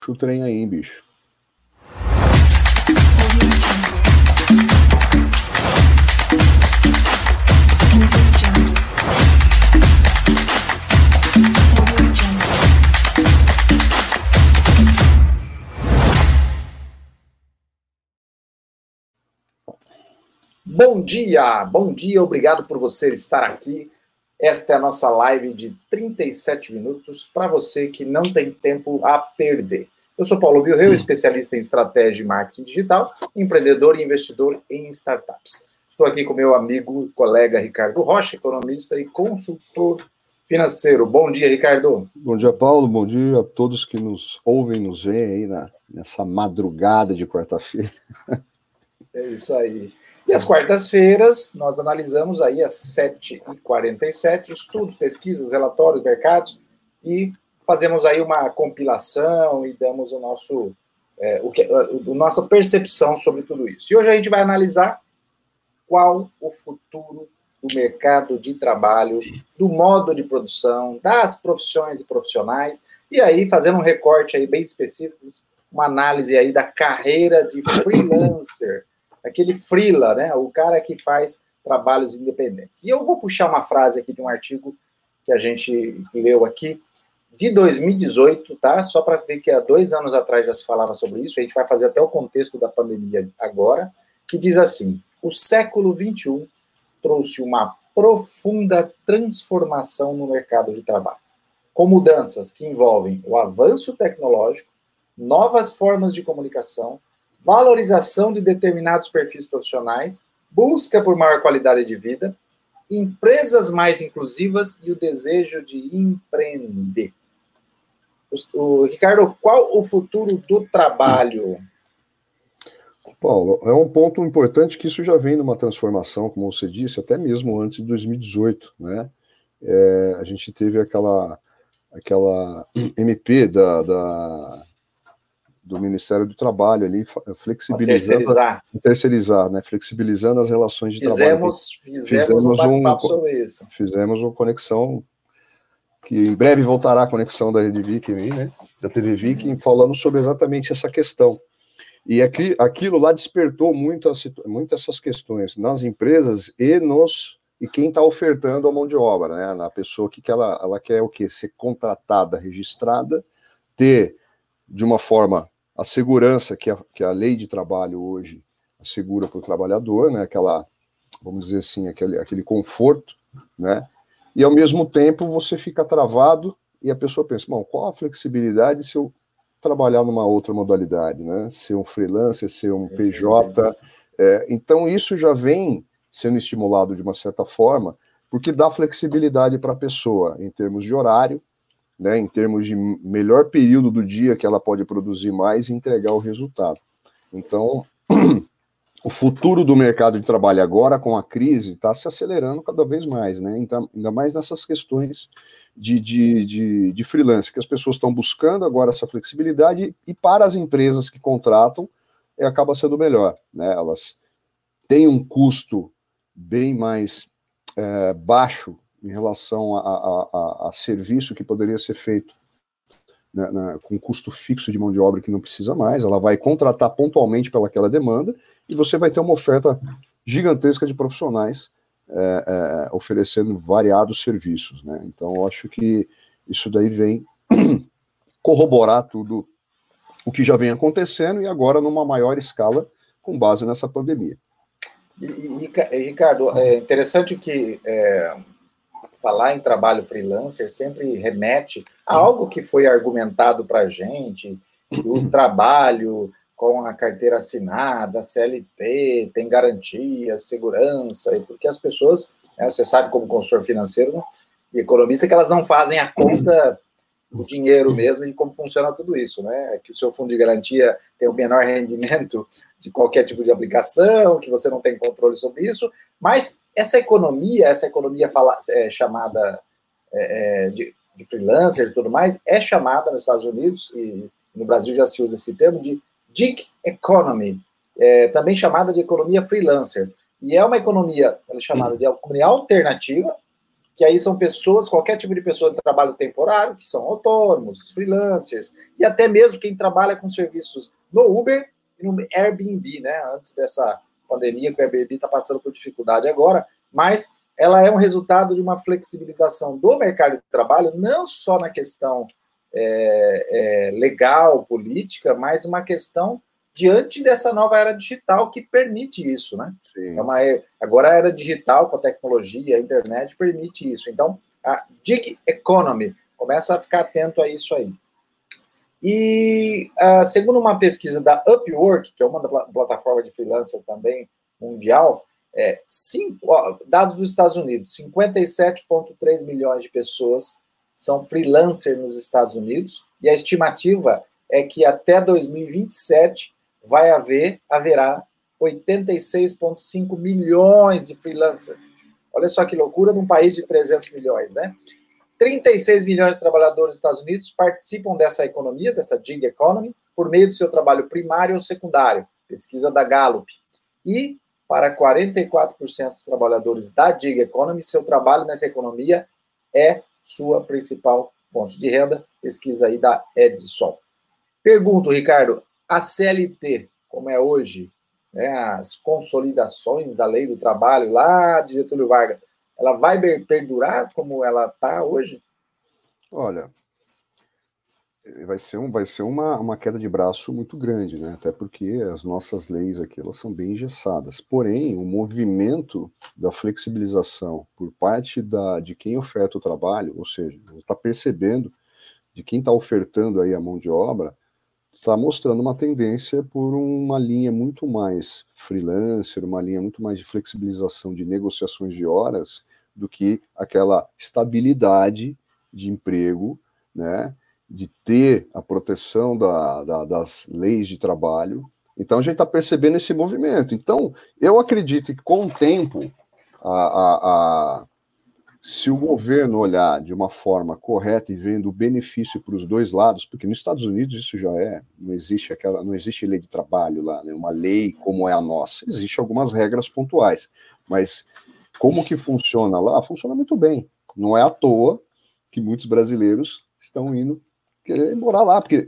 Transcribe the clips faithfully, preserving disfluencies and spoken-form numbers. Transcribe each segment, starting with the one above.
o trem aí, hein, bicho. Bom dia, bom dia, obrigado por você estar aqui. Esta é a nossa live de trinta e sete minutos para você que não tem tempo a perder. Eu sou Paulo Vilreu, especialista em estratégia e marketing digital, empreendedor e investidor em startups. Estou aqui com meu amigo e colega Ricardo Rocha, economista e consultor financeiro. Bom dia, Ricardo. Bom dia, Paulo. Bom dia a todos que nos ouvem, nos veem aí na, nessa madrugada de quarta-feira. É isso aí. E às quartas-feiras, nós analisamos aí às sete e quarenta e sete estudos, pesquisas, relatórios, mercados, e fazemos aí uma compilação e damos o nosso, é, o que, a, a nossa percepção sobre tudo isso. E hoje a gente vai analisar qual o futuro do mercado de trabalho, do modo de produção, das profissões e profissionais, e aí fazendo um recorte aí bem específico, uma análise aí da carreira de freelancer, aquele freela, né? O cara que faz trabalhos independentes. E eu vou puxar uma frase aqui de um artigo que a gente leu aqui, de dois mil e dezoito, tá? Só para ver que há dois anos atrás já se falava sobre isso, a gente vai fazer até o contexto da pandemia agora, que diz assim: o século vinte e um trouxe uma profunda transformação no mercado de trabalho, com mudanças que envolvem o avanço tecnológico, novas formas de comunicação, valorização de determinados perfis profissionais, busca por maior qualidade de vida, empresas mais inclusivas e o desejo de empreender. O, o, Ricardo, qual o futuro do trabalho? Paulo, é um ponto importante que isso já vem numa transformação, como você disse, até mesmo antes de dois mil e dezoito, né? É, a gente teve aquela, aquela M P da... da do Ministério do Trabalho ali, flexibilizando, terceirizar. terceirizar, né, flexibilizando as relações de fizemos, trabalho. Fizemos, fizemos um bate-papo um, sobre isso. Fizemos uma conexão, que em breve voltará a conexão da Rede Viking, né, da T V Viking, falando sobre exatamente essa questão. E aqui, aquilo lá despertou muitas, muitas essas questões nas empresas e nos e quem está ofertando a mão de obra, né, na pessoa que, que ela, ela quer o quê? Ser contratada, registrada, ter de uma forma a segurança que a, que a lei de trabalho hoje assegura para o trabalhador, né, aquela, vamos dizer assim, aquele, aquele conforto, né, e ao mesmo tempo você fica travado e a pessoa pensa, bom, qual a flexibilidade se eu trabalhar numa outra modalidade, né, ser um freelancer, ser um P J, é, então isso já vem sendo estimulado de uma certa forma, porque dá flexibilidade para a pessoa em termos de horário, né, em termos de melhor período do dia que ela pode produzir mais e entregar o resultado. Então, o futuro do mercado de trabalho agora, com a crise, está se acelerando cada vez mais, né? Então, ainda mais nessas questões de, de, de, de freelance, que as pessoas estão buscando agora essa flexibilidade e para as empresas que contratam, é, acaba sendo melhor, né? Elas têm um custo bem mais é, baixo em relação a, a, a, a serviço que poderia ser feito, né, na, com custo fixo de mão de obra que não precisa mais, ela vai contratar pontualmente pelaquela demanda e você vai ter uma oferta gigantesca de profissionais é, é, oferecendo variados serviços, né? Então eu acho que isso daí vem corroborar tudo o que já vem acontecendo e agora numa maior escala com base nessa pandemia. E, e Ricardo, é interessante que é, falar em trabalho freelancer sempre remete a algo que foi argumentado para a gente, do trabalho com a carteira assinada, C L T, tem garantia, segurança, porque as pessoas, né, você sabe como consultor financeiro, né, e economista, que elas não fazem a conta do dinheiro mesmo e como funciona tudo isso, né? Que o seu fundo de garantia tem o menor rendimento de qualquer tipo de aplicação, que você não tem controle sobre isso, mas essa economia, essa economia fala, é, chamada é, de, de freelancer e tudo mais, é chamada nos Estados Unidos, e no Brasil já se usa esse termo, de gig economy, é, também chamada de economia freelancer. E é uma economia, ela é chamada de economia alternativa, que aí são pessoas, qualquer tipo de pessoa de trabalho temporário, que são autônomos, freelancers, e até mesmo quem trabalha com serviços no Uber e no Airbnb, né? Antes dessa pandemia, que o Airbnb está passando por dificuldade agora, mas ela é um resultado de uma flexibilização do mercado de trabalho, não só na questão é, é, legal, política, mas uma questão diante dessa nova era digital que permite isso, né? É uma, agora a era digital, com a tecnologia, a internet, permite isso. Então, a gig economy, começa a ficar atento a isso aí. E, uh, segundo uma pesquisa da Upwork, que é uma da plataforma de freelancer também mundial, é, cinco, ó, dados dos Estados Unidos, cinquenta e sete vírgula três milhões de pessoas são freelancers nos Estados Unidos, e a estimativa é que até dois mil e vinte e sete vai haver, haverá oitenta e seis vírgula cinco milhões de freelancers. Olha só que loucura, num país de trezentos milhões, né? trinta e seis milhões de trabalhadores dos Estados Unidos participam dessa economia, dessa gig economy, por meio do seu trabalho primário ou secundário, pesquisa da Gallup. E, para quarenta e quatro por cento dos trabalhadores da gig economy, seu trabalho nessa economia é sua principal fonte de renda, pesquisa aí da Edison. Pergunto, Ricardo, a C L T, como é hoje, né, as consolidações da lei do trabalho lá de Getúlio Vargas, ela vai perdurar como ela está hoje? Olha, vai ser, um, vai ser uma, uma queda de braço muito grande, né? Até porque as nossas leis aqui elas são bem engessadas. Porém, o movimento da flexibilização por parte da, de quem oferta o trabalho, ou seja, está percebendo de quem está ofertando aí a mão de obra, está mostrando uma tendência por uma linha muito mais freelancer, uma linha muito mais de flexibilização de negociações de horas do que aquela estabilidade de emprego, né, de ter a proteção da, da, das leis de trabalho. Então, a gente está percebendo esse movimento. Então, eu acredito que com o tempo, a, a, a se o governo olhar de uma forma correta e vendo o benefício para os dois lados, porque nos Estados Unidos isso já é, não existe aquela, não existe lei de trabalho lá, né, uma lei como é a nossa, existem algumas regras pontuais, mas como que funciona lá? Funciona muito bem. Não é à toa que muitos brasileiros estão indo querer morar lá, porque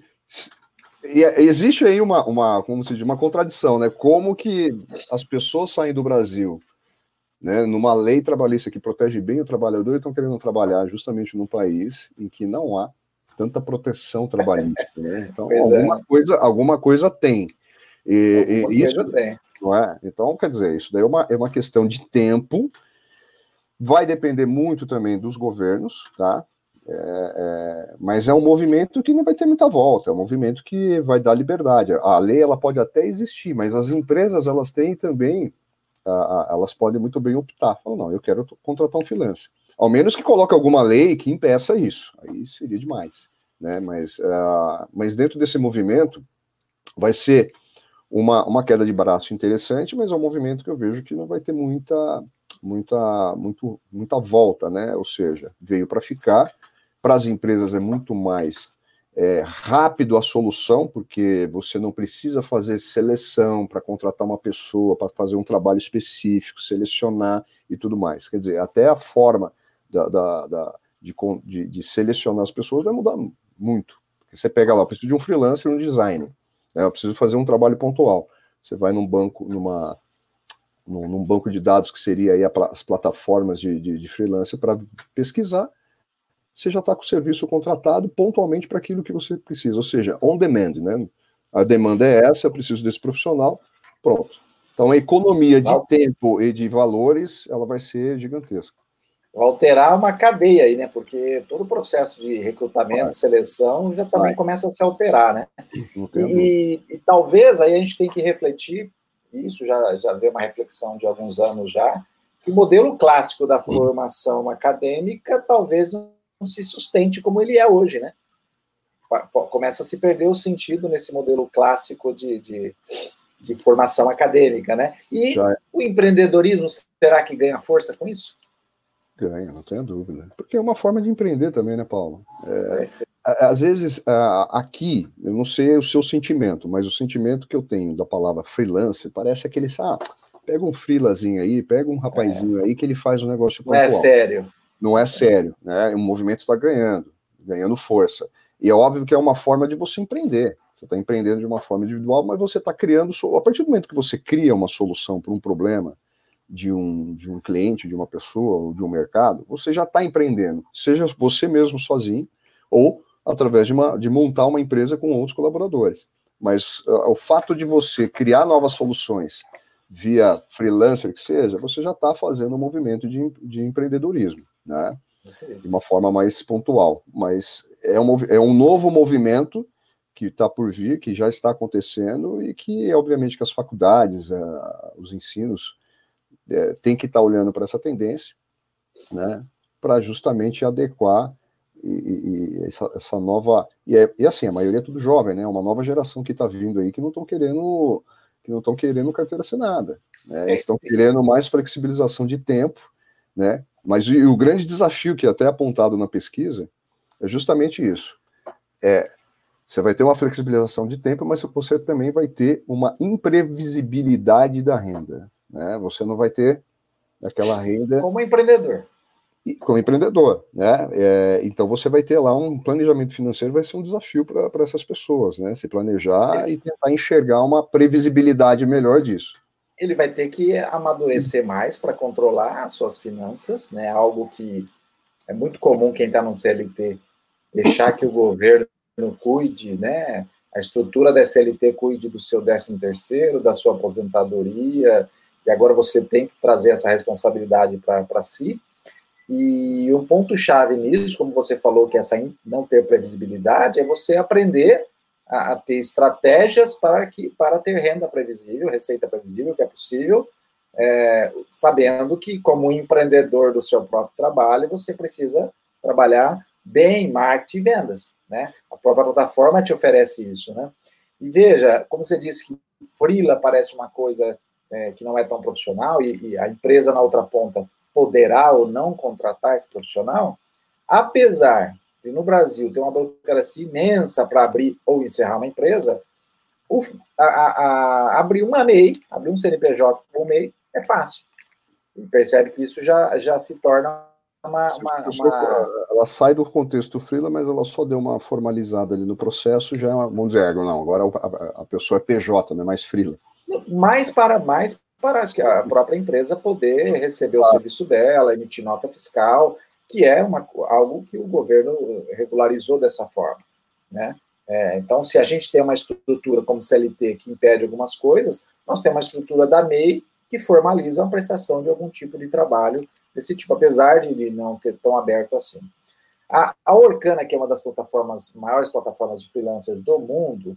e existe aí uma, uma, como se diz, uma contradição, né? Como que as pessoas saem do Brasil, né, numa lei trabalhista que protege bem o trabalhador, e estão querendo trabalhar justamente num país em que não há tanta proteção trabalhista, né? Então, pois alguma, é. coisa, alguma coisa tem. E, alguma e isso, coisa tem. Não é? Então, quer dizer, isso daí é uma, é uma questão de tempo, vai depender muito também dos governos, tá? É, é, mas é um movimento que não vai ter muita volta, é um movimento que vai dar liberdade. A lei ela pode até existir, mas as empresas elas têm também Uh, elas podem muito bem optar. Falam, não, eu quero contratar um freelancer. Ao menos que coloque alguma lei que impeça isso. Aí seria demais. Né? Mas, uh, mas dentro desse movimento vai ser uma, uma queda de braço interessante, mas é um movimento que eu vejo que não vai ter muita, muita, muito, muita volta. Né? Ou seja, veio para ficar. Para as empresas é muito mais É, rápido a solução, porque você não precisa fazer seleção para contratar uma pessoa, para fazer um trabalho específico, selecionar e tudo mais. Quer dizer, até a forma da, da, da, de, de, de selecionar as pessoas vai mudar muito. Porque você pega lá, eu preciso de um freelancer e um designer, né? Eu preciso fazer um trabalho pontual. Você vai num banco, numa, num, num banco de dados que seria aí a, as plataformas de, de, de freelancer para pesquisar. Você já está com o serviço contratado pontualmente para aquilo que você precisa, ou seja, on demand, né? A demanda é essa, eu preciso desse profissional, pronto. Então a economia de vai... tempo e de valores, ela vai ser gigantesca. Vai alterar uma cadeia aí, né? Porque todo o processo de recrutamento, vai. seleção, já também vai. começa a se alterar, né? E, e talvez aí a gente tem que refletir, isso já, já veio uma reflexão de alguns anos já, que o modelo clássico da formação acadêmica talvez não se sustente como ele é hoje, né? Começa a se perder o sentido nesse modelo clássico de, de, de formação acadêmica, né? E é. o empreendedorismo, será que ganha força com isso? Ganha, não tenho dúvida. Porque é uma forma de empreender também, né, Paulo? É, às vezes, aqui, eu não sei o seu sentimento, mas o sentimento que eu tenho da palavra freelancer parece aquele, ah, pega um freelazinho aí, pega um rapazinho é. aí que ele faz um negócio pontual. Não é sério. não é sério, né? O movimento está ganhando, ganhando força. E é óbvio que é uma forma de você empreender. Você está empreendendo de uma forma individual, mas você está criando... A partir do momento que você cria uma solução para um problema de um, de um cliente, de uma pessoa, ou de um mercado, você já está empreendendo. Seja você mesmo sozinho, ou através de, uma, de montar uma empresa com outros colaboradores. Mas uh, o fato de você criar novas soluções via freelancer que seja, você já está fazendo um movimento de, de empreendedorismo, né? De uma forma mais pontual. Mas é um, é um novo movimento que está por vir, que já está acontecendo e que, obviamente, que as faculdades, uh, os ensinos, uh, têm que estar tá olhando para essa tendência, né? Para justamente adequar e, e, e essa, essa nova... E, é, e assim, a maioria é tudo jovem, né? Uma nova geração que está vindo aí que não estão querendo... que não estão querendo carteira assinada, né? Eles estão querendo mais flexibilização de tempo, né? Mas e, o grande desafio que é até apontado na pesquisa é justamente isso. É, você vai ter uma flexibilização de tempo, mas você também vai ter uma imprevisibilidade da renda, né? Você não vai ter aquela renda... Como empreendedor. Como empreendedor, né? É, então você vai ter lá um planejamento financeiro, vai ser um desafio para essas pessoas, né? Se planejar e tentar enxergar uma previsibilidade melhor disso. Ele vai ter que amadurecer mais para controlar as suas finanças, né? Algo que é muito comum quem está no C L T deixar que o governo cuide, né? A estrutura da C L T cuide do seu décimo terceiro, da sua aposentadoria, e agora você tem que trazer essa responsabilidade para si. E o ponto-chave nisso, como você falou, que essa não ter previsibilidade, é você aprender a, a ter estratégias para, que, para ter renda previsível, receita previsível, que é possível, é, sabendo que, como empreendedor do seu próprio trabalho, você precisa trabalhar bem marketing e vendas, né? A própria plataforma te oferece isso, né? E veja, como você disse que freela parece uma coisa é, que não é tão profissional e, e a empresa na outra ponta poderá ou não contratar esse profissional, apesar de no Brasil ter uma burocracia imensa para abrir ou encerrar uma empresa, o, a, a, a, abrir uma M E I, abrir um C N P J com M E I é fácil. E percebe que isso já, já se torna uma, uma, uma... Ela sai do contexto freela, mas ela só deu uma formalizada ali no processo, já, vamos dizer, não, agora a, a pessoa é P J, não é mais freela. Mais para mais para que a própria empresa poder receber o serviço dela, emitir nota fiscal, que é uma, algo que o governo regularizou dessa forma, né? É, então, se a gente tem uma estrutura como C L T que impede algumas coisas, nós temos uma estrutura da M E I que formaliza a prestação de algum tipo de trabalho desse tipo, apesar de não ter tão aberto assim. A, a Orkana, que é uma das plataformas, maiores plataformas de freelancers do mundo,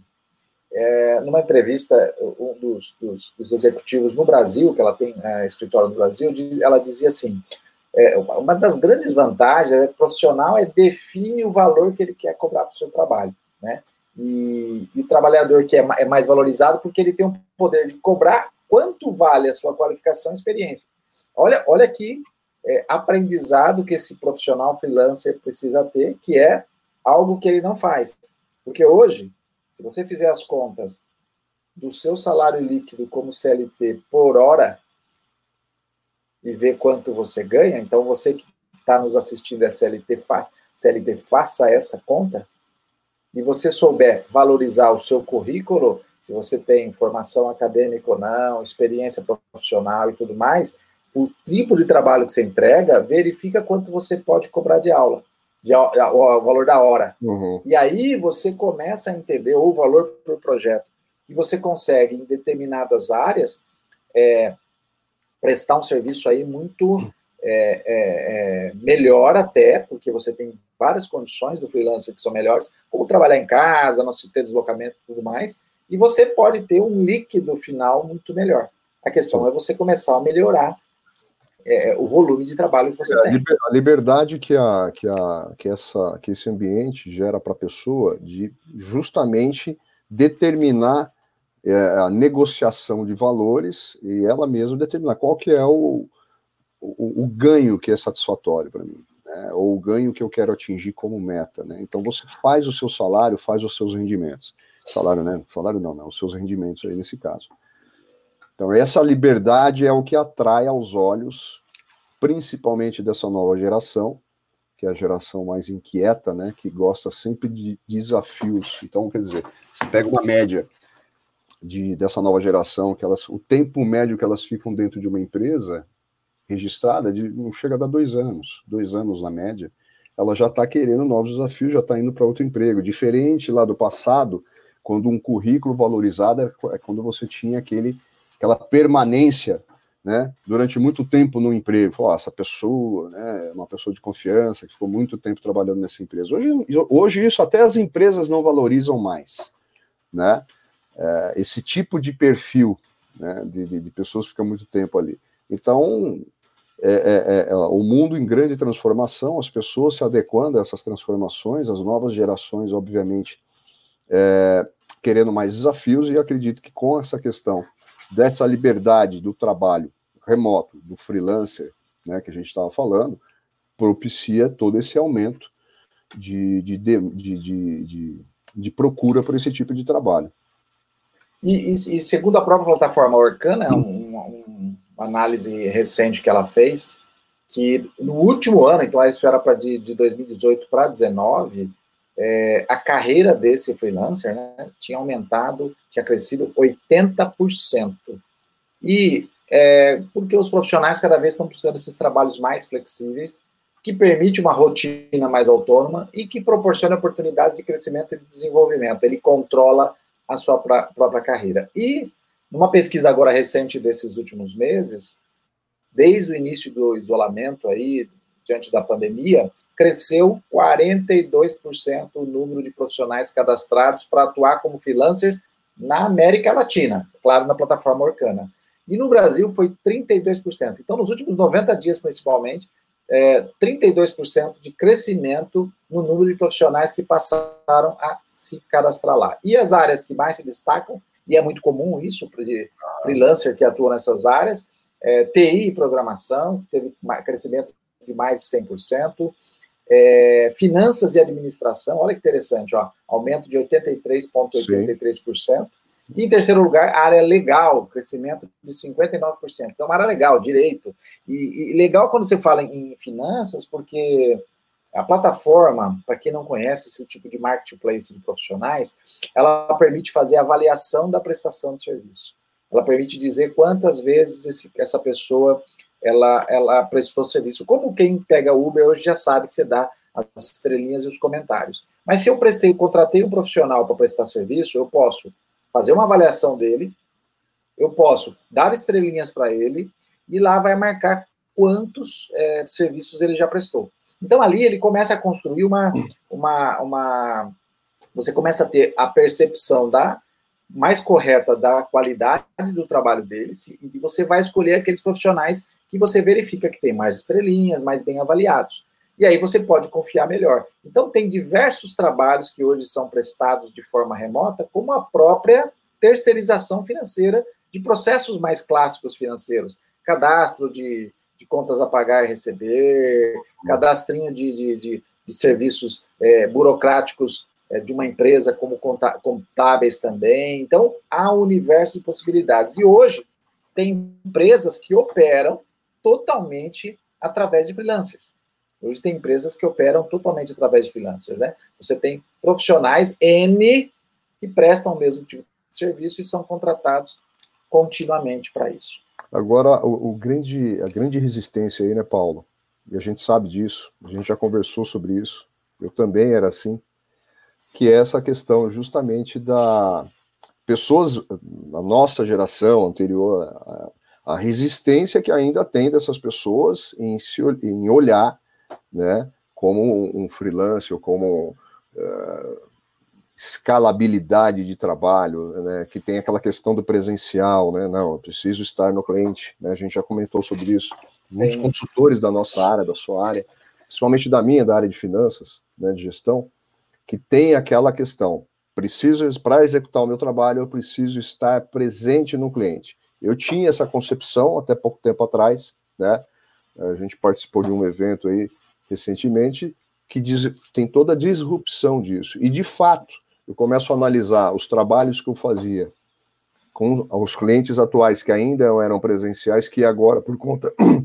É, numa entrevista, um dos, dos, dos executivos no Brasil, que ela tem é, escritório no Brasil, ela dizia assim, é, uma das grandes vantagens é que o profissional é, define o valor que ele quer cobrar para o seu trabalho, né? E, e o trabalhador que é, é mais valorizado porque ele tem o poder de cobrar quanto vale a sua qualificação e experiência. Olha, olha aqui, é, aprendizado que esse profissional freelancer precisa ter, que é algo que ele não faz. Porque hoje, se você fizer as contas do seu salário líquido como C L T por hora e ver quanto você ganha, então você que está nos assistindo é C L T, fa C L T, faça essa conta, e você souber valorizar o seu currículo, se você tem formação acadêmica ou não, experiência profissional e tudo mais, o tipo de trabalho que você entrega, verifica quanto você pode cobrar de aula. De, o valor da hora. Uhum. E aí você começa a entender o valor por projeto, que você consegue, em determinadas áreas, é, prestar um serviço aí muito é, é, é, melhor até, porque você tem várias condições do freelancer que são melhores, como trabalhar em casa, não se ter deslocamento e tudo mais, e você pode ter um líquido final muito melhor. A questão Sim. é você começar a melhorar É, o volume de trabalho que você é, tem. A liberdade que, a, que, a, que, essa, que esse ambiente gera para a pessoa de justamente determinar é, a negociação de valores e ela mesma determinar qual que é o, o, o ganho que é satisfatório para mim, né, ou o ganho que eu quero atingir como meta. Né? Então você faz o seu salário, faz os seus rendimentos. Salário, né? Salário não, né? Os seus rendimentos aí nesse caso. Então, essa liberdade é o que atrai aos olhos principalmente dessa nova geração, que é a geração mais inquieta, né, que gosta sempre de desafios. Então, quer dizer, você pega uma média de, dessa nova geração, que elas, o tempo médio que elas ficam dentro de uma empresa registrada de, não chega a dar dois anos, dois anos na média, ela já está querendo novos desafios, já está indo para outro emprego. Diferente lá do passado, quando um currículo valorizado é quando você tinha aquele, aquela permanência, né, durante muito tempo no emprego. Falou, oh, essa pessoa, né, é uma pessoa de confiança, que ficou muito tempo trabalhando nessa empresa. Hoje, hoje isso até as empresas não valorizam mais, né? É, esse tipo de perfil, né, de, de, de pessoas que ficam muito tempo ali. Então, é, é, é, o mundo em grande transformação, as pessoas se adequando a essas transformações, as novas gerações, obviamente, é, querendo mais desafios, e acredito que com essa questão dessa liberdade do trabalho remoto, do freelancer, né, que a gente estava falando, propicia todo esse aumento de, de, de, de, de, de procura por esse tipo de trabalho. E, e, e segundo a própria plataforma Orkana, um, um, uma análise recente que ela fez, que no último ano, então isso era para de, de dois mil e dezoito para dois mil e dezenove, é, a carreira desse freelancer, né, tinha aumentado, tinha crescido oitenta por cento. E é, porque os profissionais cada vez estão buscando esses trabalhos mais flexíveis, que permite uma rotina mais autônoma e que proporciona oportunidades de crescimento e de desenvolvimento. Ele controla a sua pra, própria carreira. E numa pesquisa agora recente desses últimos meses, desde o início do isolamento aí, diante da pandemia, cresceu quarenta e dois por cento o número de profissionais cadastrados para atuar como freelancers na América Latina, claro, na plataforma Orkana. E no Brasil foi trinta e dois por cento. Então, nos últimos noventa dias, principalmente, é, trinta e dois por cento de crescimento no número de profissionais que passaram a se cadastrar lá. E as áreas que mais se destacam, e é muito comum isso, de freelancer que atua nessas áreas, é, T I e programação, teve crescimento de mais de cem por cento, é, finanças e administração, olha que interessante, ó, aumento de oitenta e três vírgula oitenta e três por cento. E em terceiro lugar, a área legal, crescimento de cinquenta e nove por cento. Então, uma área legal, direito. E, e legal quando você fala em finanças, porque a plataforma, para quem não conhece esse tipo de marketplace de profissionais, ela permite fazer a avaliação da prestação de serviço. Ela permite dizer quantas vezes esse, essa pessoa ela, ela prestou serviço. Como quem pega Uber hoje já sabe que você dá as estrelinhas e os comentários. Mas se eu prestei, contratei um profissional para prestar serviço, eu posso fazer uma avaliação dele, eu posso dar estrelinhas para ele, e lá vai marcar quantos é, serviços ele já prestou. Então, ali ele começa a construir uma, uma, uma... Você começa a ter a percepção da mais correta da qualidade do trabalho deles, e você vai escolher aqueles profissionais que você verifica que tem mais estrelinhas, mais bem avaliados. E aí você pode confiar melhor. Então, tem diversos trabalhos que hoje são prestados de forma remota, como a própria terceirização financeira de processos mais clássicos financeiros. Cadastro de, de contas a pagar e receber, cadastrinho de, de, de, de serviços é, burocráticos é, de uma empresa, como contábeis também. Então, há um universo de possibilidades. E hoje, tem empresas que operam totalmente através de freelancers. Hoje tem empresas que operam totalmente através de freelancers, né? Você tem profissionais N que prestam o mesmo tipo de serviço e são contratados continuamente para isso. Agora, o, o grande, a grande resistência aí, né, Paulo? E a gente sabe disso, a gente já conversou sobre isso, eu também era assim, que é essa questão justamente da pessoas, da nossa geração anterior, a, a resistência que ainda tem dessas pessoas em, se, em olhar, né, como um, um freelancer, ou como uh, escalabilidade de trabalho, né, que tem aquela questão do presencial, né, não, eu preciso estar no cliente, né, a gente já comentou sobre isso, Sim. Muitos consultores da nossa área, da sua área, principalmente da minha, da área de finanças, né, de gestão, que tem aquela questão, preciso, para executar o meu trabalho, eu preciso estar presente no cliente. Eu tinha essa concepção até pouco tempo atrás, né, a gente participou de um evento aí recentemente, que diz, tem toda a disrupção disso. E, de fato, eu começo a analisar os trabalhos que eu fazia com os clientes atuais que ainda eram presenciais, que agora, por conta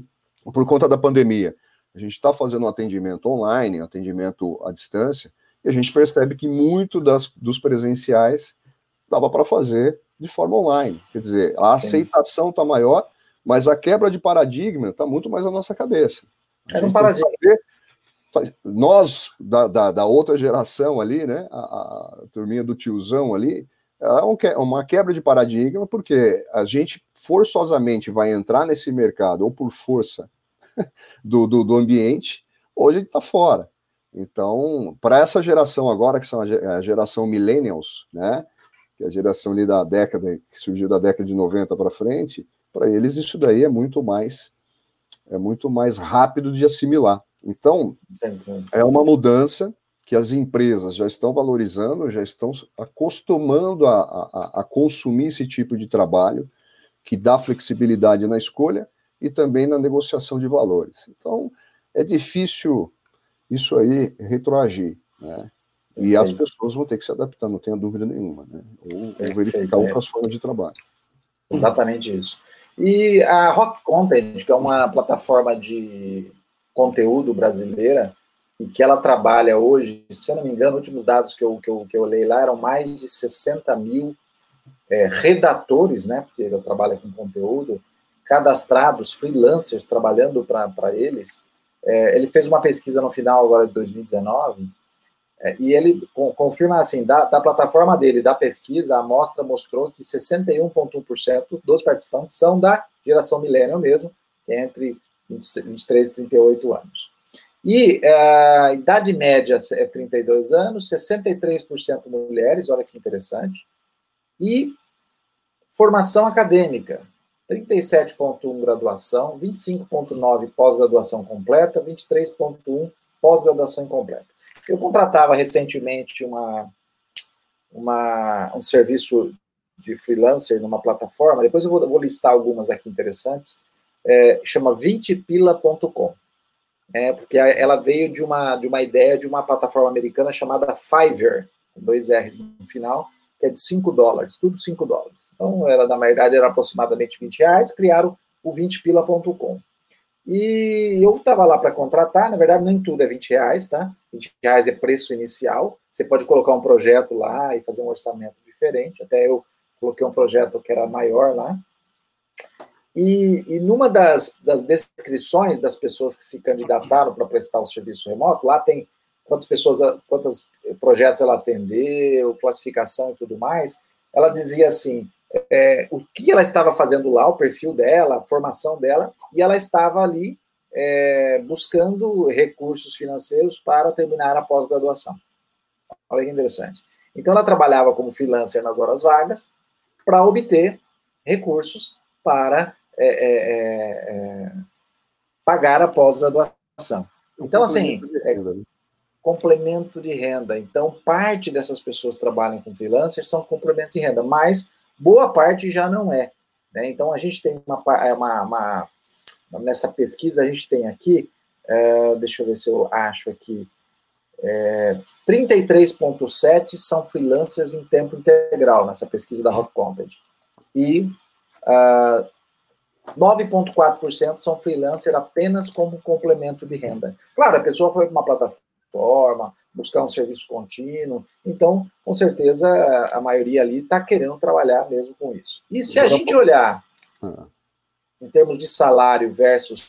por conta da pandemia, a gente está fazendo um atendimento online, um atendimento à distância, e a gente percebe que muito das, dos presenciais dava para fazer de forma online. Quer dizer, a Sim. aceitação está maior, mas a quebra de paradigma está muito mais na nossa cabeça. A é um paradigma. Saber, nós, da, da, da outra geração ali, né, a, a turminha do tiozão ali, é uma quebra de paradigma, porque a gente forçosamente vai entrar nesse mercado, ou por força do, do, do ambiente, ou a gente está fora. Então, para essa geração agora, que são a geração millennials, né, que é a geração ali da década, que surgiu da década de noventa para frente, para eles isso daí é muito mais, é muito mais rápido de assimilar. Então, é uma mudança que as empresas já estão valorizando, já estão acostumando a, a, a consumir esse tipo de trabalho, que dá flexibilidade na escolha e também na negociação de valores. Então, é difícil isso aí retroagir, né? E as pessoas vão ter que se adaptar, não tenha dúvida nenhuma, né? Ou, ou verificar é. outras formas de trabalho. Exatamente isso. E a Rock Content, que é uma plataforma de conteúdo brasileira, e que ela trabalha hoje, se eu não me engano, os últimos dados que eu, que eu, que eu olhei lá eram mais de sessenta mil é, redatores, né? Porque ela trabalha com conteúdo, cadastrados, freelancers, trabalhando para eles. É, ele fez uma pesquisa no final agora de dois mil e dezenove, é, e ele com, confirma assim, da, da plataforma dele, da pesquisa, a amostra mostrou que sessenta e um vírgula um por cento dos participantes são da geração millennial mesmo, que é entre vinte e três e trinta e oito anos. E é, a idade média é trinta e dois anos, sessenta e três por cento mulheres, olha que interessante, e formação acadêmica, trinta e sete vírgula um graduação, vinte e cinco vírgula nove pós-graduação completa, vinte e três vírgula um pós-graduação incompleta. Eu contratava recentemente uma, uma, um serviço de freelancer numa plataforma, depois eu vou, vou listar algumas aqui interessantes, é, chama vinte pila ponto com, é, porque ela veio de uma, de uma ideia de uma plataforma americana chamada Fiverr, com dois R's no final, que é de cinco dólares, tudo cinco dólares. Então, era, na verdade, era aproximadamente vinte reais, criaram o vinte pila ponto com. E eu estava lá para contratar, na verdade, nem tudo é vinte reais, tá? vinte reais é preço inicial, você pode colocar um projeto lá e fazer um orçamento diferente, até eu coloquei um projeto que era maior lá. E, e numa das, das descrições das pessoas que se candidataram para prestar o serviço remoto, lá tem quantas pessoas, quantos projetos ela atendeu, classificação e tudo mais, ela dizia assim, É, o que ela estava fazendo lá, o perfil dela, a formação dela, e ela estava ali é, buscando recursos financeiros para terminar a pós-graduação. Olha que interessante. Então, ela trabalhava como freelancer nas horas vagas para obter recursos para é, é, é, pagar a pós-graduação. Então, assim, é, complemento de renda. Então, parte dessas pessoas que trabalham com freelancers são complemento de renda, mas boa parte já não é, né? Então, a gente tem uma, uma, uma... Nessa pesquisa, a gente tem aqui, é, deixa eu ver se eu acho aqui, é, trinta e três vírgula sete são freelancers em tempo integral, nessa pesquisa da Rock Content. E uh, nove vírgula quatro por cento são freelancers apenas como complemento de renda. Claro, a pessoa foi para uma plataforma, buscar um serviço contínuo, então, com certeza, a maioria ali está querendo trabalhar mesmo com isso. E se a gente olhar em termos de salário versus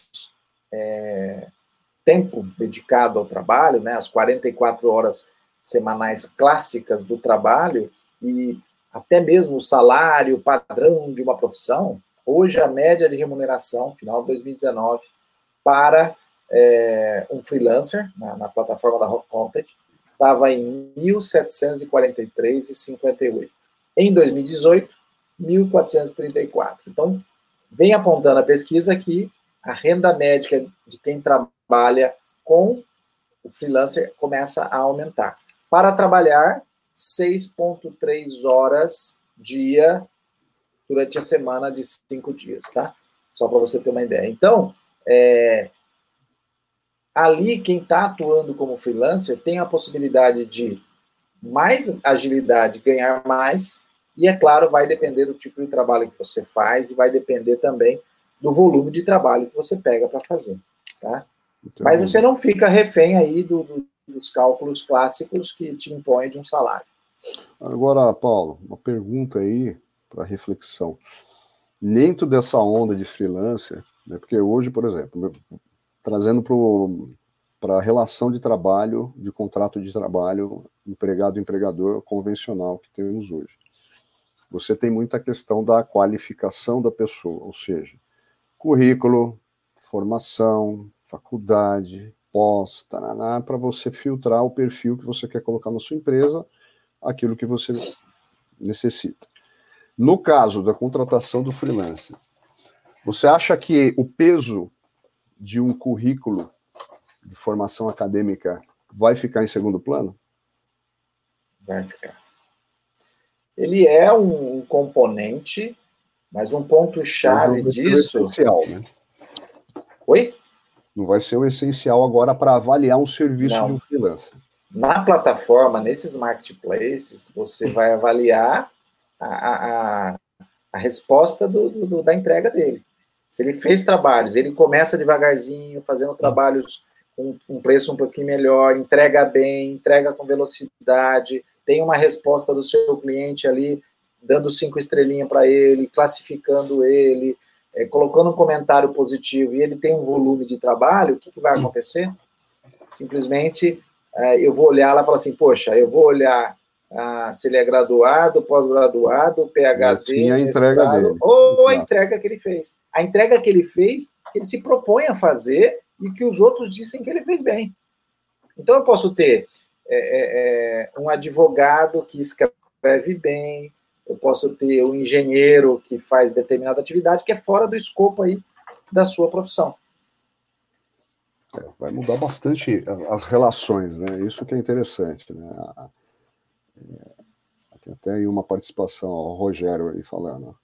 é, tempo dedicado ao trabalho, né, as quarenta e quatro horas semanais clássicas do trabalho, e até mesmo o salário padrão de uma profissão, hoje a média de remuneração, final de dois mil e dezenove, para É, um freelancer na, na plataforma da Rock Content estava em mil setecentos e quarenta e três reais e cinquenta e oito centavos. Em dois mil e dezoito, mil quatrocentos e trinta e quatro. Então, vem apontando a pesquisa que a renda média de quem trabalha com o freelancer começa a aumentar. Para trabalhar seis vírgula três horas dia durante a semana de cinco dias, tá? Só para você ter uma ideia. Então, é, ali, quem está atuando como freelancer tem a possibilidade de mais agilidade, ganhar mais, e, é claro, vai depender do tipo de trabalho que você faz e vai depender também do volume de trabalho que você pega para fazer, tá? Então, mas você não fica refém aí do, do, dos cálculos clássicos que te impõem de um salário. Agora, Paulo, uma pergunta aí para reflexão. Dentro dessa onda de freelancer, né, porque hoje, por exemplo, trazendo para a relação de trabalho, de contrato de trabalho, empregado-empregador convencional que temos hoje, você tem muita questão da qualificação da pessoa, ou seja, currículo, formação, faculdade, pós, para você filtrar o perfil que você quer colocar na sua empresa, aquilo que você necessita. No caso da contratação do freelancer, você acha que o peso de um currículo de formação acadêmica vai ficar em segundo plano? Vai ficar. Ele é um componente, mas um ponto-chave disso... Não vai ser o essencial, né? Oi? Não vai ser o essencial agora para avaliar um serviço Não. de um freelancer. Na plataforma, nesses marketplaces, você vai avaliar a, a, a resposta do, do, da entrega dele. Se ele fez trabalhos, ele começa devagarzinho, fazendo trabalhos com um preço um pouquinho melhor, entrega bem, entrega com velocidade, tem uma resposta do seu cliente ali, dando cinco estrelinhas para ele, classificando ele, é, colocando um comentário positivo, e ele tem um volume de trabalho, o que, que vai acontecer? Simplesmente, é, eu vou olhar lá e falar assim, poxa, eu vou olhar ah, se ele é graduado, pós-graduado, P H D, Sim, a mestrado, entrega dele. ou a entrega que ele fez. A entrega que ele fez, que ele se propõe a fazer e que os outros dizem que ele fez bem. Então, eu posso ter é, é, um advogado que escreve bem, eu posso ter um engenheiro que faz determinada atividade que é fora do escopo aí da sua profissão. É, vai mudar bastante as relações, né? Isso que é interessante, né? Tem até aí uma participação, ó, o Rogério aí falando.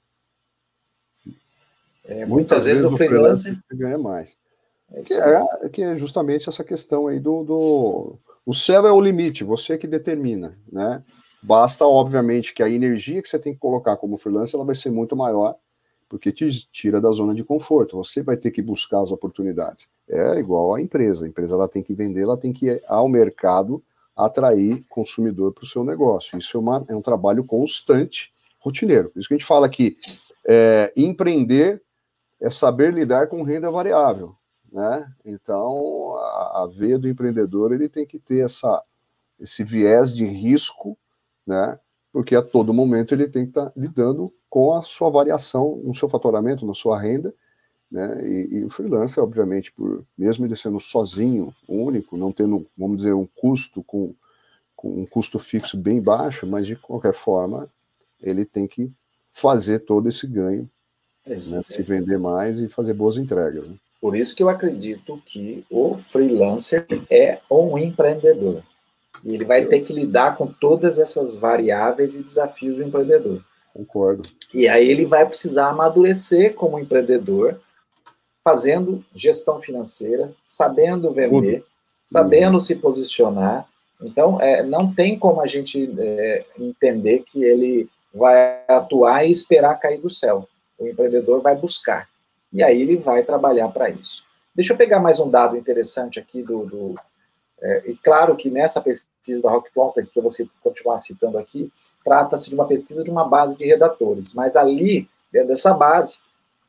É, muitas, muitas vezes, vezes o freelancer ganha mais. É que, é, que é justamente essa questão aí do, do... O céu é o limite, você que determina, né? Basta, obviamente, que a energia que você tem que colocar como freelancer, ela vai ser muito maior, porque te tira da zona de conforto. Você vai ter que buscar as oportunidades. É igual à empresa. A empresa ela tem que vender, ela tem que ir ao mercado atrair consumidor para o seu negócio. Isso é, uma, é um trabalho constante, rotineiro. Por isso que a gente fala que é, empreender é saber lidar com renda variável, né? Então, a, a veia do empreendedor ele tem que ter essa, esse viés de risco, né? Porque a todo momento ele tem que estar tá lidando com a sua variação no seu faturamento, na sua renda, né? E, e o freelancer, obviamente, por, mesmo ele sendo sozinho, único, não tendo, vamos dizer, um custo com, com um custo fixo bem baixo, mas de qualquer forma ele tem que fazer todo esse ganho, né? Se vender mais e fazer boas entregas, né? Por isso que eu acredito que o freelancer é um empreendedor. E ele vai ter que lidar com todas essas variáveis e desafios do empreendedor. Concordo. E aí ele vai precisar amadurecer como empreendedor, fazendo gestão financeira, sabendo vender, Tudo. sabendo uhum. se posicionar. Então, é, não tem como a gente é, entender que ele vai atuar e esperar cair do céu. O empreendedor vai buscar. E aí ele vai trabalhar para isso. Deixa eu pegar mais um dado interessante aqui do... do é, e claro que nessa pesquisa da Rock Company, que eu vou continuar citando aqui, trata-se de uma pesquisa de uma base de redatores. Mas ali, dentro dessa base,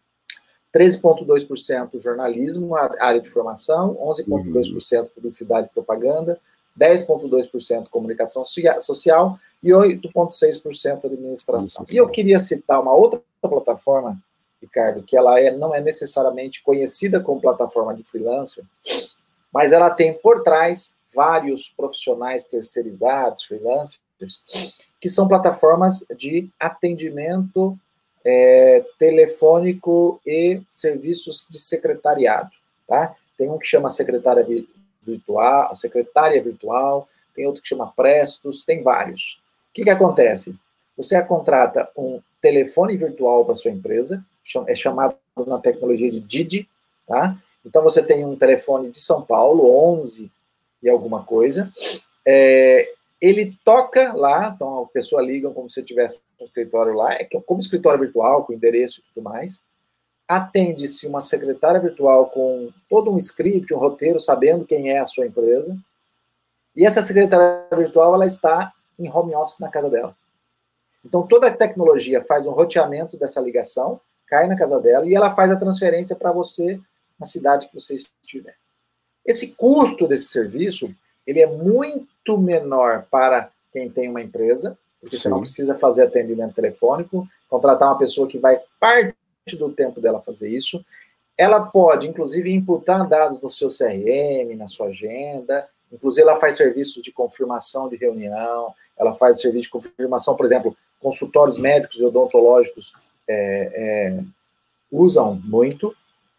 treze vírgula dois por cento jornalismo, área de formação, onze vírgula dois por cento publicidade e propaganda, dez vírgula dois por cento comunicação social e oito vírgula seis por cento administração. E eu queria citar uma outra plataforma, Ricardo, que ela é, não é necessariamente conhecida como plataforma de freelancer, mas ela tem por trás vários profissionais terceirizados, freelancers, que são plataformas de atendimento É, telefônico e serviços de secretariado, tá? Tem um que chama secretária virtual, secretária virtual, tem outro que chama Prestos, tem vários. O que que acontece? Você contrata um telefone virtual para sua empresa, é chamado na tecnologia de Didi, tá? Então você tem um telefone de São Paulo, onze e alguma coisa, é, ele toca lá, então a pessoa liga como se tivesse um escritório lá, é como escritório virtual, com endereço e tudo mais. atende-se uma secretária virtual com todo um script, um roteiro, sabendo quem é a sua empresa, e essa secretária virtual ela está em home office na casa dela. Então, toda a tecnologia faz um roteamento dessa ligação, cai na casa dela, e ela faz a transferência para você na cidade que você estiver. Esse custo desse serviço, ele é muito menor para quem tem uma empresa, porque Sim. você não precisa fazer atendimento telefônico, contratar uma pessoa que vai parte do tempo dela fazer isso. Ela pode, inclusive, imputar dados no seu C R M, na sua agenda. Inclusive, ela faz serviços de confirmação de reunião, ela faz serviço de confirmação, por exemplo, consultórios médicos e odontológicos é, é, usam muito.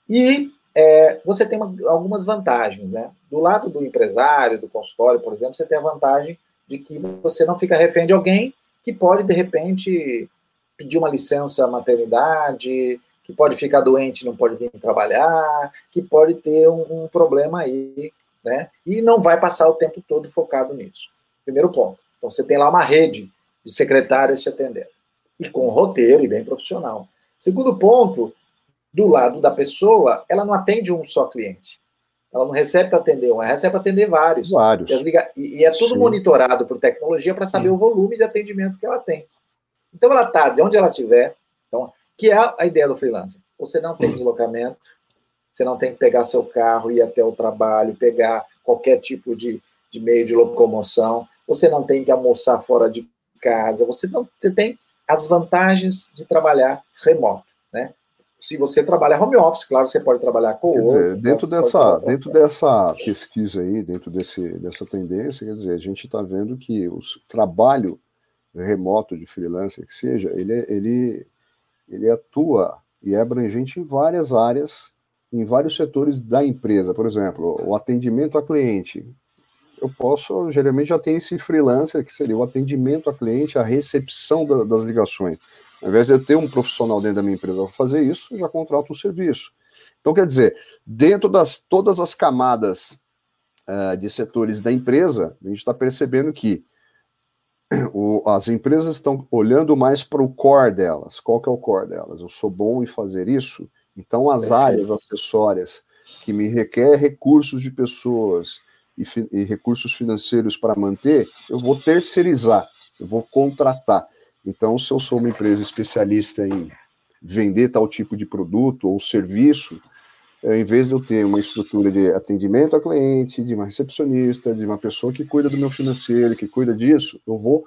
E é, você tem uma, algumas vantagens, né? Do lado do empresário, do consultório, por exemplo, você tem a vantagem de que você não fica refém de alguém que pode, de repente, pedir uma licença maternidade, que pode ficar doente e não pode vir trabalhar, que pode ter um, um problema aí, né? E não vai passar o tempo todo focado nisso. Primeiro ponto. Então, você tem lá uma rede de secretárias te atendendo. E com roteiro e bem profissional. Segundo ponto, do lado da pessoa, ela não atende um só cliente. Ela não recebe para atender um, ela recebe para atender vários. Vários. E, e é tudo Sim. monitorado por tecnologia para saber Sim. o volume de atendimento que ela tem. Então, ela está de onde ela estiver, então, que é a ideia do freelancer. Você não tem deslocamento, você não tem que pegar seu carro, ir até o trabalho, pegar qualquer tipo de, de meio de locomoção, você não tem que almoçar fora de casa, você, não, você tem as vantagens de trabalhar remoto, né? Se você trabalha home office, claro, você pode trabalhar com o outro. Dentro dessa, dentro dessa pesquisa aí, dentro desse, dessa tendência, quer dizer, a gente está vendo que o trabalho remoto de freelancer, que seja, ele, ele, ele atua e é abrangente em várias áreas, em vários setores da empresa. Por exemplo, o atendimento a cliente. Eu posso, geralmente já tem esse freelancer, que seria o atendimento a cliente, a recepção da, das ligações. Ao invés de eu ter um profissional dentro da minha empresa para fazer isso, eu já contrato um serviço. Então, quer dizer, dentro das todas as camadas uh, de setores da empresa, a gente está percebendo que o, as empresas estão olhando mais para o core delas. Qual que é o core delas? Eu sou bom em fazer isso, então as Perfeito. áreas acessórias que me requer recursos de pessoas e, fi, e recursos financeiros para manter, eu vou terceirizar, eu vou contratar. Então, se eu sou uma empresa especialista em vender tal tipo de produto ou serviço, ao invés de eu ter uma estrutura de atendimento a cliente, de uma recepcionista, de uma pessoa que cuida do meu financeiro, que cuida disso, eu vou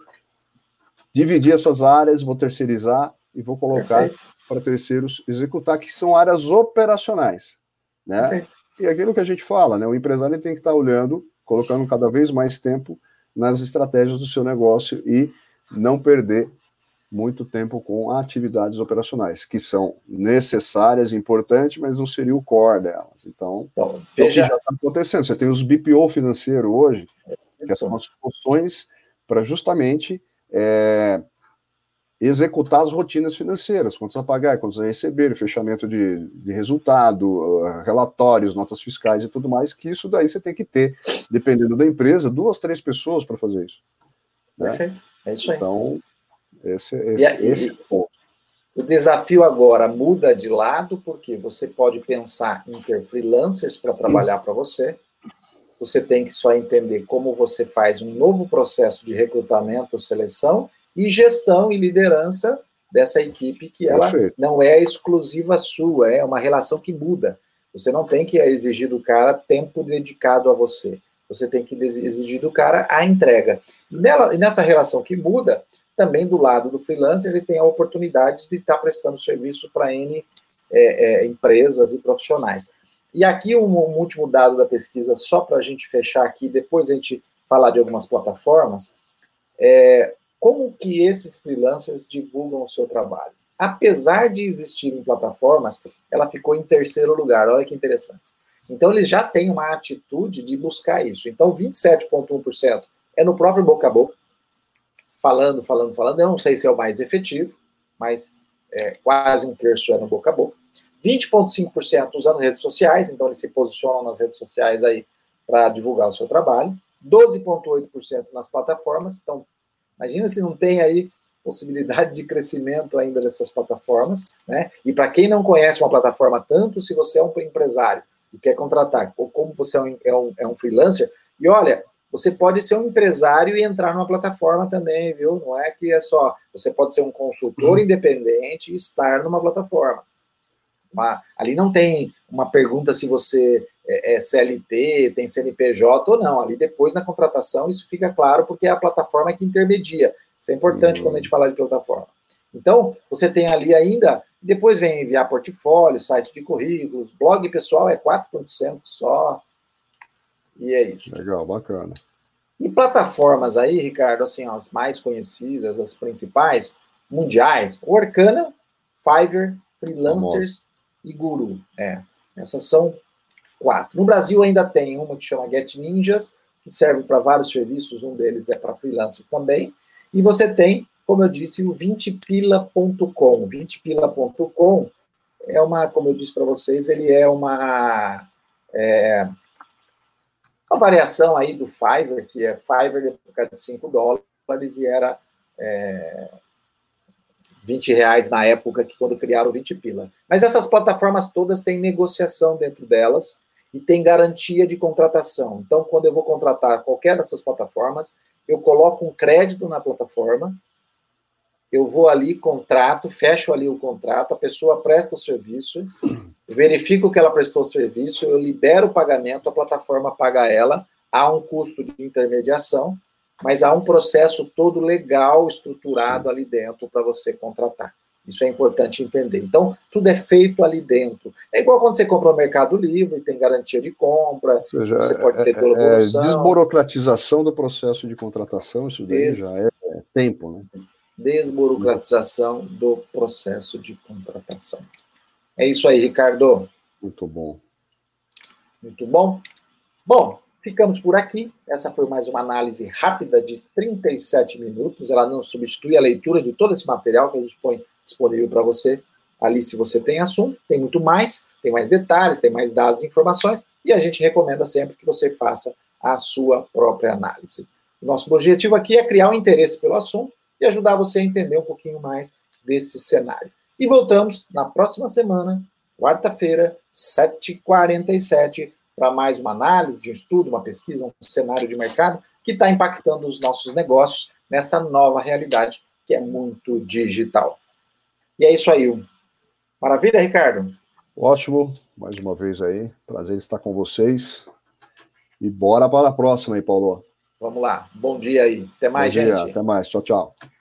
dividir essas áreas, vou terceirizar e vou colocar Perfeito. para terceiros executar, que são áreas operacionais, né? Perfeito. E aquilo que a gente fala, né? O empresário tem que estar olhando, colocando cada vez mais tempo nas estratégias do seu negócio e não perder muito tempo com atividades operacionais, que são necessárias, importantes, mas não seria o core delas. Então, então veja... é o que já está acontecendo. Você tem os B P O financeiro hoje, Isso. que são as funções para justamente é, executar as rotinas financeiras, quantos a pagar, quantos a receber, fechamento de, de resultado, relatórios, notas fiscais e tudo mais, que isso daí você tem que ter, dependendo da empresa, duas, três pessoas para fazer isso. Né? Perfeito, é isso aí. Então, esse, esse, e, esse e, ponto. O desafio agora muda de lado, porque você pode pensar em ter freelancers para trabalhar para você, você tem que só entender como você faz um novo processo de recrutamento, seleção e gestão e liderança dessa equipe, que ela Perfeito. não é exclusiva sua, é uma relação que muda. Você não tem que exigir do cara tempo dedicado a você. Você tem que exigir do cara a entrega. E nela, nessa relação que muda, também do lado do freelancer, ele tem a oportunidade de estar prestando serviço para N é, é, empresas e profissionais. E aqui um, um último dado da pesquisa, só para a gente fechar aqui, depois a gente falar de algumas plataformas, é, como que esses freelancers divulgam o seu trabalho? Apesar de existirem plataformas, ela ficou em terceiro lugar, olha que interessante. Então, eles já têm uma atitude de buscar isso. Então, vinte e sete vírgula um por cento é no próprio boca a boca, falando, falando, falando. Eu não sei se é o mais efetivo, mas é, quase um terço é no boca a boca. vinte vírgula cinco por cento usando redes sociais, então eles se posicionam nas redes sociais aí para divulgar o seu trabalho. doze vírgula oito por cento nas plataformas. Então, imagina se não tem aí possibilidade de crescimento ainda dessas plataformas, né? E para quem não conhece uma plataforma, tanto se você é um empresário e quer contratar, ou como você é um, é um, é um freelancer, e olha, você pode ser um empresário e entrar numa plataforma também, viu? Não é que é só, você pode ser um consultor independente e estar numa plataforma. Uma, ali não tem uma pergunta se você é, é C L T, tem C N P J ou não. Ali depois, na contratação, isso fica claro, porque é a plataforma que intermedia. Isso é importante uhum. quando a gente fala de plataforma. Então, você tem ali ainda, depois vem enviar portfólio, site de currículos, blog pessoal é quatro por cento só, e é isso. Legal, bacana. E plataformas aí, Ricardo, assim, ó, as mais conhecidas, as principais, mundiais, Workana, Fiverr, Freelancers Famoso. E Guru. É, essas são quatro. No Brasil ainda tem uma que chama Get Ninjas, que serve para vários serviços, um deles é para freelancer também. E você tem, como eu disse, o vinte pila ponto com. vinte pila ponto com é uma, como eu disse para vocês, ele é uma, é, uma variação aí do Fiverr, que é Fiverr de cinco dólares e era é, vinte reais na época que quando criaram o vinte pila. Mas essas plataformas todas têm negociação dentro delas e tem garantia de contratação. Então, quando eu vou contratar qualquer dessas plataformas, eu coloco um crédito na plataforma, eu vou ali, contrato, fecho ali o contrato, a pessoa presta o serviço, verifico que ela prestou o serviço, eu libero o pagamento, a plataforma paga ela, há um custo de intermediação, mas há um processo todo legal, estruturado ali dentro para você contratar. Isso é importante entender. Então, tudo é feito ali dentro. É igual quando você compra no Mercado Livre, tem garantia de compra, Ou seja, você pode ter colaboração. É, é desburocratização do processo de contratação, isso daí Des... já é, é tempo, né? Desburocratização do processo de contratação. É isso aí, Ricardo. Muito bom. Muito bom. Bom, ficamos por aqui. Essa foi mais uma análise rápida de trinta e sete minutos. Ela não substitui a leitura de todo esse material que a gente põe disponível para você. Ali, se você tem assunto, tem muito mais, tem mais detalhes, tem mais dados e informações, e a gente recomenda sempre que você faça a sua própria análise. O nosso objetivo aqui é criar um interesse pelo assunto e ajudar você a entender um pouquinho mais desse cenário. E voltamos na próxima semana, quarta-feira, sete e quarenta e sete, para mais uma análise de um estudo, uma pesquisa, um cenário de mercado que está impactando os nossos negócios nessa nova realidade que é muito digital. E é isso aí. Maravilha, Ricardo? Ótimo. Mais uma vez aí. Prazer estar com vocês. E bora para a próxima aí, Paulo. Vamos lá. Bom dia aí. Até mais, Bom dia. gente. Até mais. Tchau, tchau.